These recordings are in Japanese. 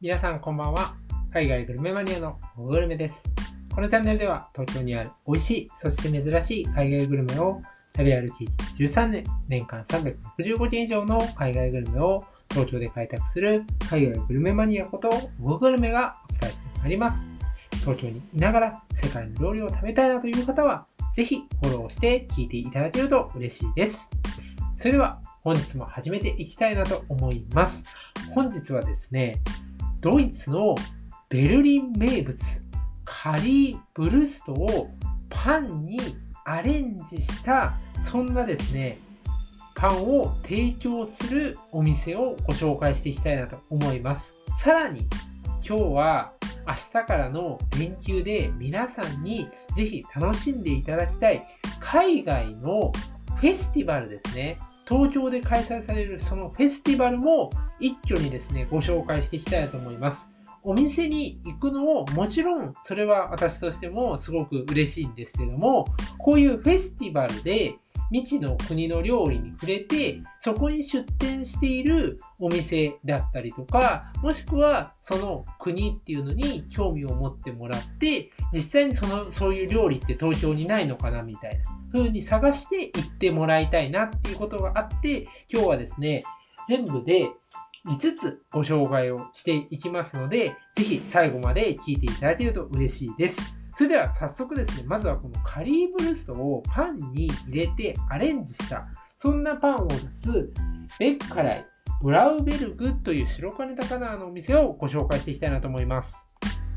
皆さんこんばんは。海外グルメマニアのグルメです。このチャンネルでは東京にある美味しい、そして珍しい海外グルメを食べ歩き13年、年間365件以上の海外グルメを東京で開拓する海外グルメマニアことグルメがお伝えしてまいります。東京にいながら世界の料理を食べたいなという方は、ぜひフォローして聞いていただけると嬉しいです。それでは本日も始めていきたいなと思います。本日はですね、ドイツのベルリン名物カリーブルストをパンにアレンジしたそんなですねパンを提供するお店をご紹介していきたいなと思います。さらに今日は明日からの連休で皆さんにぜひ楽しんでいただきたい海外のフェスティバルですね。東京で開催されるそのフェスティバルも一挙にですねご紹介していきたいなと思います。お店に行くのももちろんそれは私としてもすごく嬉しいんですけども、こういうフェスティバルで未知の国の料理に触れてそこに出店しているお店だったりとか、もしくはその国っていうのに興味を持ってもらって実際にそういう料理って東京にないのかなみたいな風に探して行ってもらいたいなっていうことがあって、今日はですね全部で5つご紹介をしていきますので、ぜひ最後まで聞いていただけると嬉しいです。それでは早速ですね、まずはこのカリーブルストをパンに入れてアレンジしたそんなパンを出すベッカライブラウベルグという白金高輪のお店をご紹介していきたいなと思います。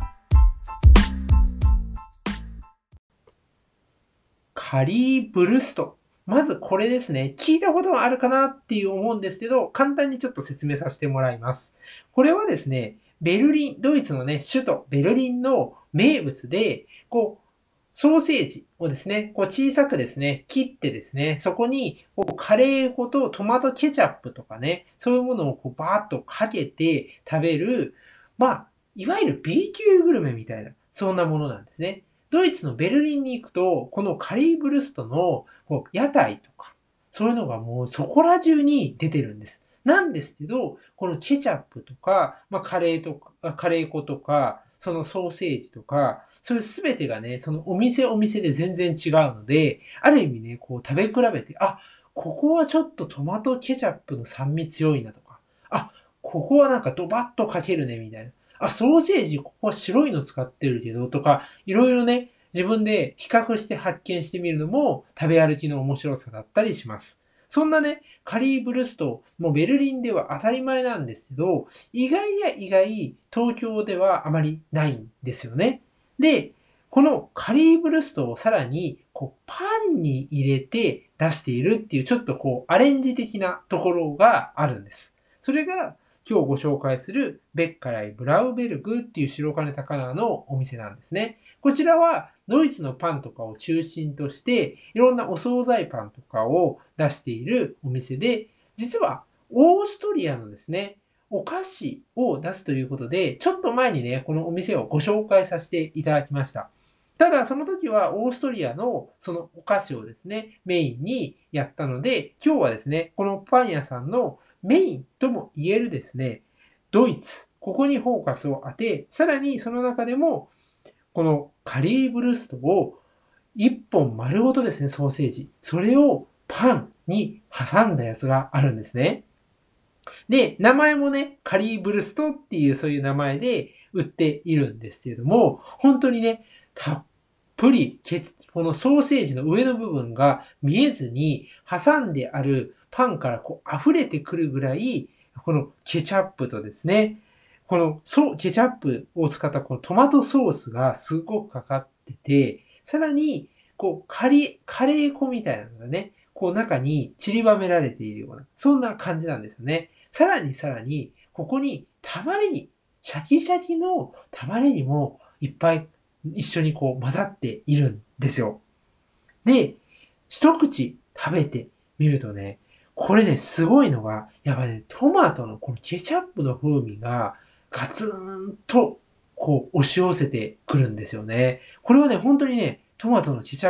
カリーブルスト、まずこれですね。聞いたことはあるかなって思うんですけど、簡単にちょっと説明させてもらいます。これはですね、ベルリン、ドイツのね、首都ベルリンの名物で、ソーセージをですね、小さくですね、切ってですね、そこにカレー粉とトマトケチャップとかね、そういうものをバーッとかけて食べる、いわゆる B 級グルメみたいな、そんなものなんですね。ドイツのベルリンに行くと、このカリーブルストの屋台とか、そういうのがもうそこら中に出てるんです。なんですけど、このケチャップとか、カレー粉とか、そのソーセージとか、それすべてがね、そのお店で全然違うので、ある意味ね、食べ比べて、ここはちょっとトマトケチャップの酸味強いなとか、ここはなんかドバッとかけるねみたいな。ソーセージここは白いの使ってるけどとか、いろいろね、自分で比較して発見してみるのも食べ歩きの面白さだったりします。そんなね、カリーブルスト、もうベルリンでは当たり前なんですけど、意外、東京ではあまりないんですよね。で、このカリーブルストをさらにパンに入れて出しているっていうちょっとアレンジ的なところがあるんです。それが今日ご紹介するベッカライブラウベルグっていう白金高輪のお店なんですね。こちらはドイツのパンとかを中心としていろんなお惣菜パンとかを出しているお店で、実はオーストリアのですね、お菓子を出すということで、ちょっと前にね、このお店をご紹介させていただきました。ただ、その時はオーストリアのそのお菓子をですね、メインにやったので、今日はですね、このパン屋さんのメインとも言えるですね、ドイツ、ここにフォーカスを当て、さらにその中でも、このカリーブルストを1本丸ごとですね、ソーセージ。それをパンに挟んだやつがあるんですね。で、名前もね、カリーブルストっていうそういう名前で売っているんですけれども、本当にね、たっぷり、このソーセージの上の部分が見えずに挟んであるパンから溢れてくるぐらい、このケチャップとですね、このケチャップを使ったこのトマトソースがすごくかかってて、さらに、カレー粉みたいなのがね、中に散りばめられているような、そんな感じなんですよね。さらに、ここに玉ねぎ、シャキシャキの玉ねぎもいっぱい一緒に混ざっているんですよ。で、一口食べてみるとね、これね、すごいのが、やっぱね、トマトのこのケチャップの風味がガツンと押し寄せてくるんですよね。これはね、本当にね、トマトケチャ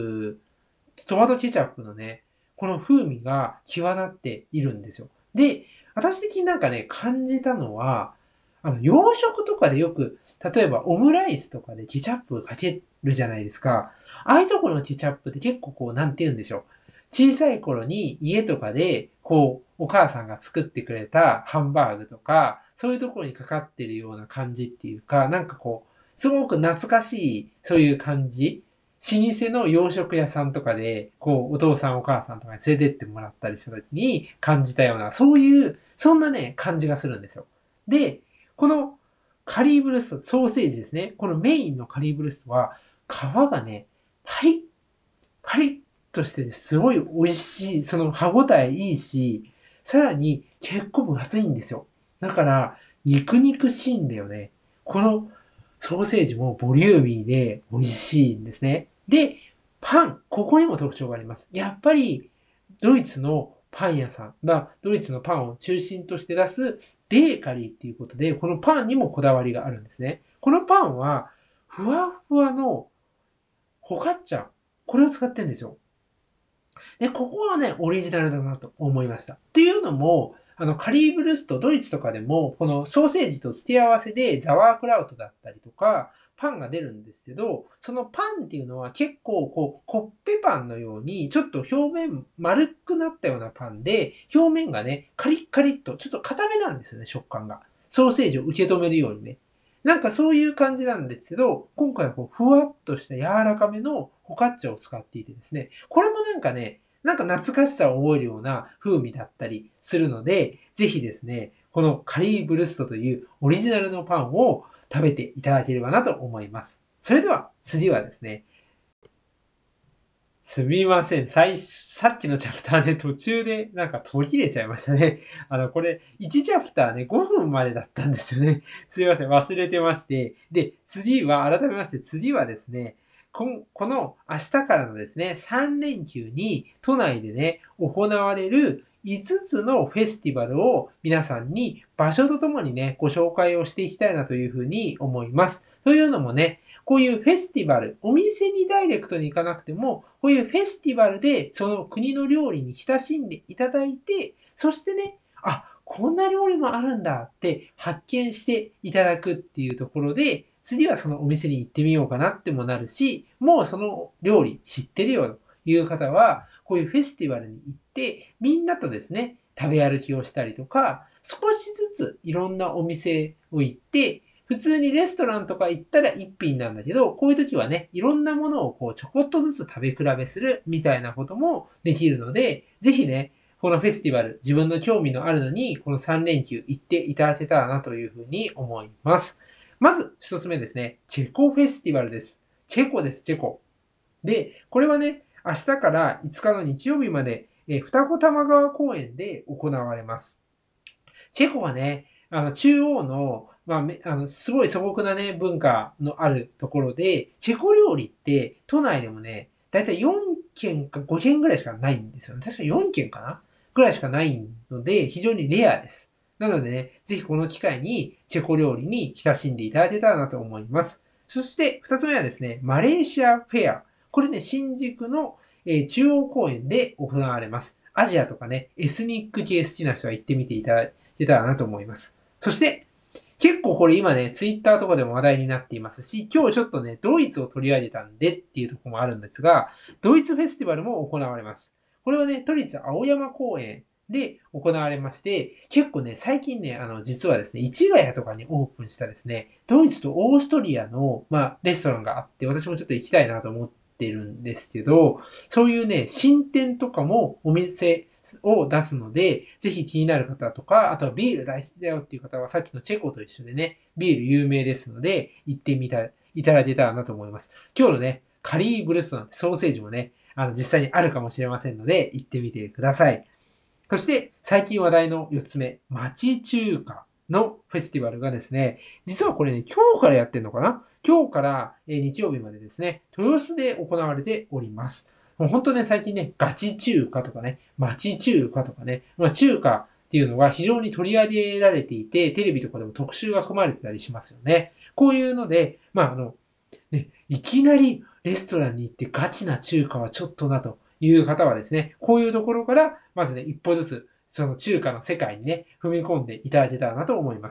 ップのね、この風味が際立っているんですよ。で、私的になんかね、感じたのは、 洋食とかでよく、例えばオムライスとかでケチャップかけるじゃないですか。ああいうところのケチャップって結構こう、なんて言うんでしょう。小さい頃に家とかで、こう、お母さんが作ってくれたハンバーグとか、そういうところにかかってるような感じっていうか、なんかこう、すごく懐かしい、そういう感じ。老舗の洋食屋さんとかで、こう、お父さんお母さんとかに連れてってもらったりした時に感じたような、そういう、そんなね、感じがするんですよ。で、このカリーブルスト、ソーセージですね。このメインのカリーブルストは、皮がね、パリッ、パリッとしてすごい美味しい、その歯ごたえいいし、さらに結構分厚いんですよ。だから、肉肉しいんだよね。このソーセージもボリューミーで美味しいんですね。で、パン、ここにも特徴があります。やっぱり、ドイツのパン屋さんが、ドイツのパンを中心として出すベーカリーっていうことで、このパンにもこだわりがあるんですね。このパンは、ふわふわのホカッチャ、これを使ってるんですよ。で、ここはね、オリジナルだなと思いました。っていうのも、カリーブルスト、ドイツとかでも、このソーセージと付け合わせでザワークラウトだったりとか、パンが出るんですけど、そのパンっていうのは結構こう、コッペパンのように、ちょっと表面丸くなったようなパンで、表面がね、カリッカリッと、ちょっと硬めなんですよね、食感が。ソーセージを受け止めるようにね。なんかそういう感じなんですけど、今回はこう、ふわっとした柔らかめのホカッチャを使っていてですね、これもなんかね、なんか懐かしさを覚えるような風味だったりするので、ぜひですね、このカリーブルストというオリジナルのパンを食べていただければなと思います。それでは次はですね、すみません。さっきのチャプターね、途中でなんか途切れちゃいましたね。これ、1チャプターね、5分までだったんですよね。すみません。忘れてまして。で、改めまして、次はですね、この明日からのですね、3連休に都内でね、行われる5つのフェスティバルを皆さんに場所とともにね、ご紹介をしていきたいなというふうに思います。というのもね、こういうフェスティバル、お店にダイレクトに行かなくても、こういうフェスティバルでその国の料理に親しんでいただいて、そしてね、あ、こんな料理もあるんだって発見していただくっていうところで、次はそのお店に行ってみようかなってもなるし、もうその料理知ってるよという方は、こういうフェスティバルに行って、みんなとですね、食べ歩きをしたりとか、少しずついろんなお店を行って、普通にレストランとか行ったら一品なんだけど、こういう時はね、いろんなものをこうちょこっとずつ食べ比べするみたいなこともできるので、ぜひね、このフェスティバル、自分の興味のあるのに、この3連休行っていただけたらなというふうに思います。まず一つ目ですね、チェコフェスティバルです。チェコです、チェコ。で、これはね、明日から5日の日曜日まで、二子玉川公園で行われます。チェコはね、中央の、まあ、すごい素朴なね、文化のあるところで、チェコ料理って都内でもね、だいたい4軒か5軒ぐらいしかないんですよね。確か4軒かなぐらいしかないので、非常にレアです。なのでね、ぜひこの機会にチェコ料理に親しんでいただけたらなと思います。そして2つ目はですね、マレーシアフェア。これね、新宿の、中央公園で行われます。アジアとかね、エスニック系好きな人は行ってみていただけたらなと思います。そして、結構これ今ね、ツイッターとかでも話題になっていますし、今日ちょっとね、ドイツを取り上げたんでっていうところもあるんですが、ドイツフェスティバルも行われます。これはね、都立青山公園で行われまして、結構ね、最近ね、実はですね、市ヶ谷とかにオープンしたですね、ドイツとオーストリアの、レストランがあって、私もちょっと行きたいなと思ってるんですけど、そういうね、新店とかもお店を出すので、ぜひ気になる方とか、あとはビール大好きだよっていう方は、さっきのチェコと一緒でね、ビール有名ですので、行ってみたいただけたらなと思います。今日のね、カリーブルストなんてソーセージもね、実際にあるかもしれませんので、行ってみてください。そして、最近話題の4つ目、町中華のフェスティバルがですね、実はこれね、今日からやってるのかな今日から日曜日までですね、豊洲で行われております。もう本当ね、最近ね、ガチ中華とかね、町中華とかね、中華っていうのが非常に取り上げられていて、テレビとかでも特集が組まれてたりしますよね。こういうので、ね、いきなりレストランに行ってガチな中華はちょっとなという方はですね、こういうところから、まずね、一歩ずつ、その中華の世界にね、踏み込んでいただけたらなと思います。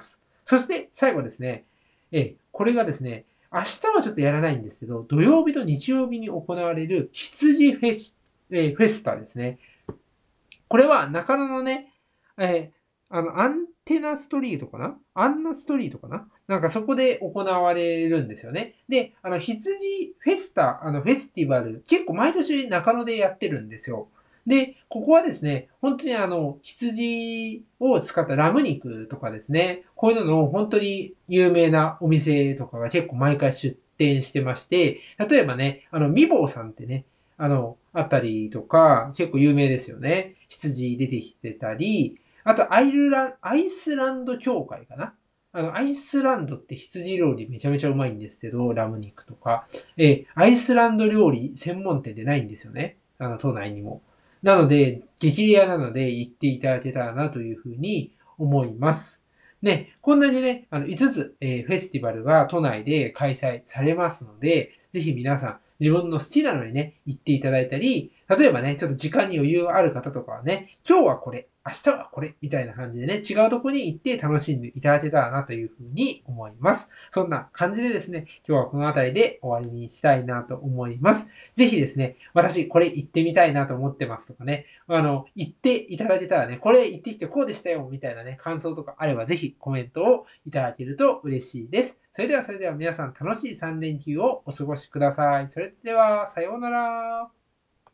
そして最後ですね、これがですね、明日はちょっとやらないんですけど、土曜日と日曜日に行われる羊フェスタですね。これは中野のね、アンテナストリートかなアンナストリートかななんかそこで行われるんですよね。で、羊フェスタ、フェスティバル、結構毎年中野でやってるんですよ。で、ここはですね、本当に羊を使ったラム肉とかですね、こういうのの本当に有名なお店とかが結構毎回出店してまして、例えばね、ミボーさんってね、あったりとか、結構有名ですよね。羊出てきてたり、あとアイスランド協会かな。アイスランドって羊料理めちゃめちゃうまいんですけど、ラム肉とか。アイスランド料理専門店でないんですよね。都内にも。なので、激レアなので行っていただけたらなというふうに思います。ね、こんなにね、5つ、フェスティバルが都内で開催されますので、ぜひ皆さん、自分の好きなのにね、行っていただいたり、例えばね、ちょっと時間に余裕がある方とかはね、今日はこれ、明日はこれ、みたいな感じでね、違うとこに行って楽しんでいただけたらなというふうに思います。そんな感じでですね、今日はこの辺りで終わりにしたいなと思います。ぜひですね、私これ行ってみたいなと思ってますとかね、行っていただけたらね、これ行ってきてこうでしたよ、みたいなね、感想とかあればぜひコメントをいただけると嬉しいです。それでは皆さん楽しい3連休をお過ごしください。それでは、さようなら。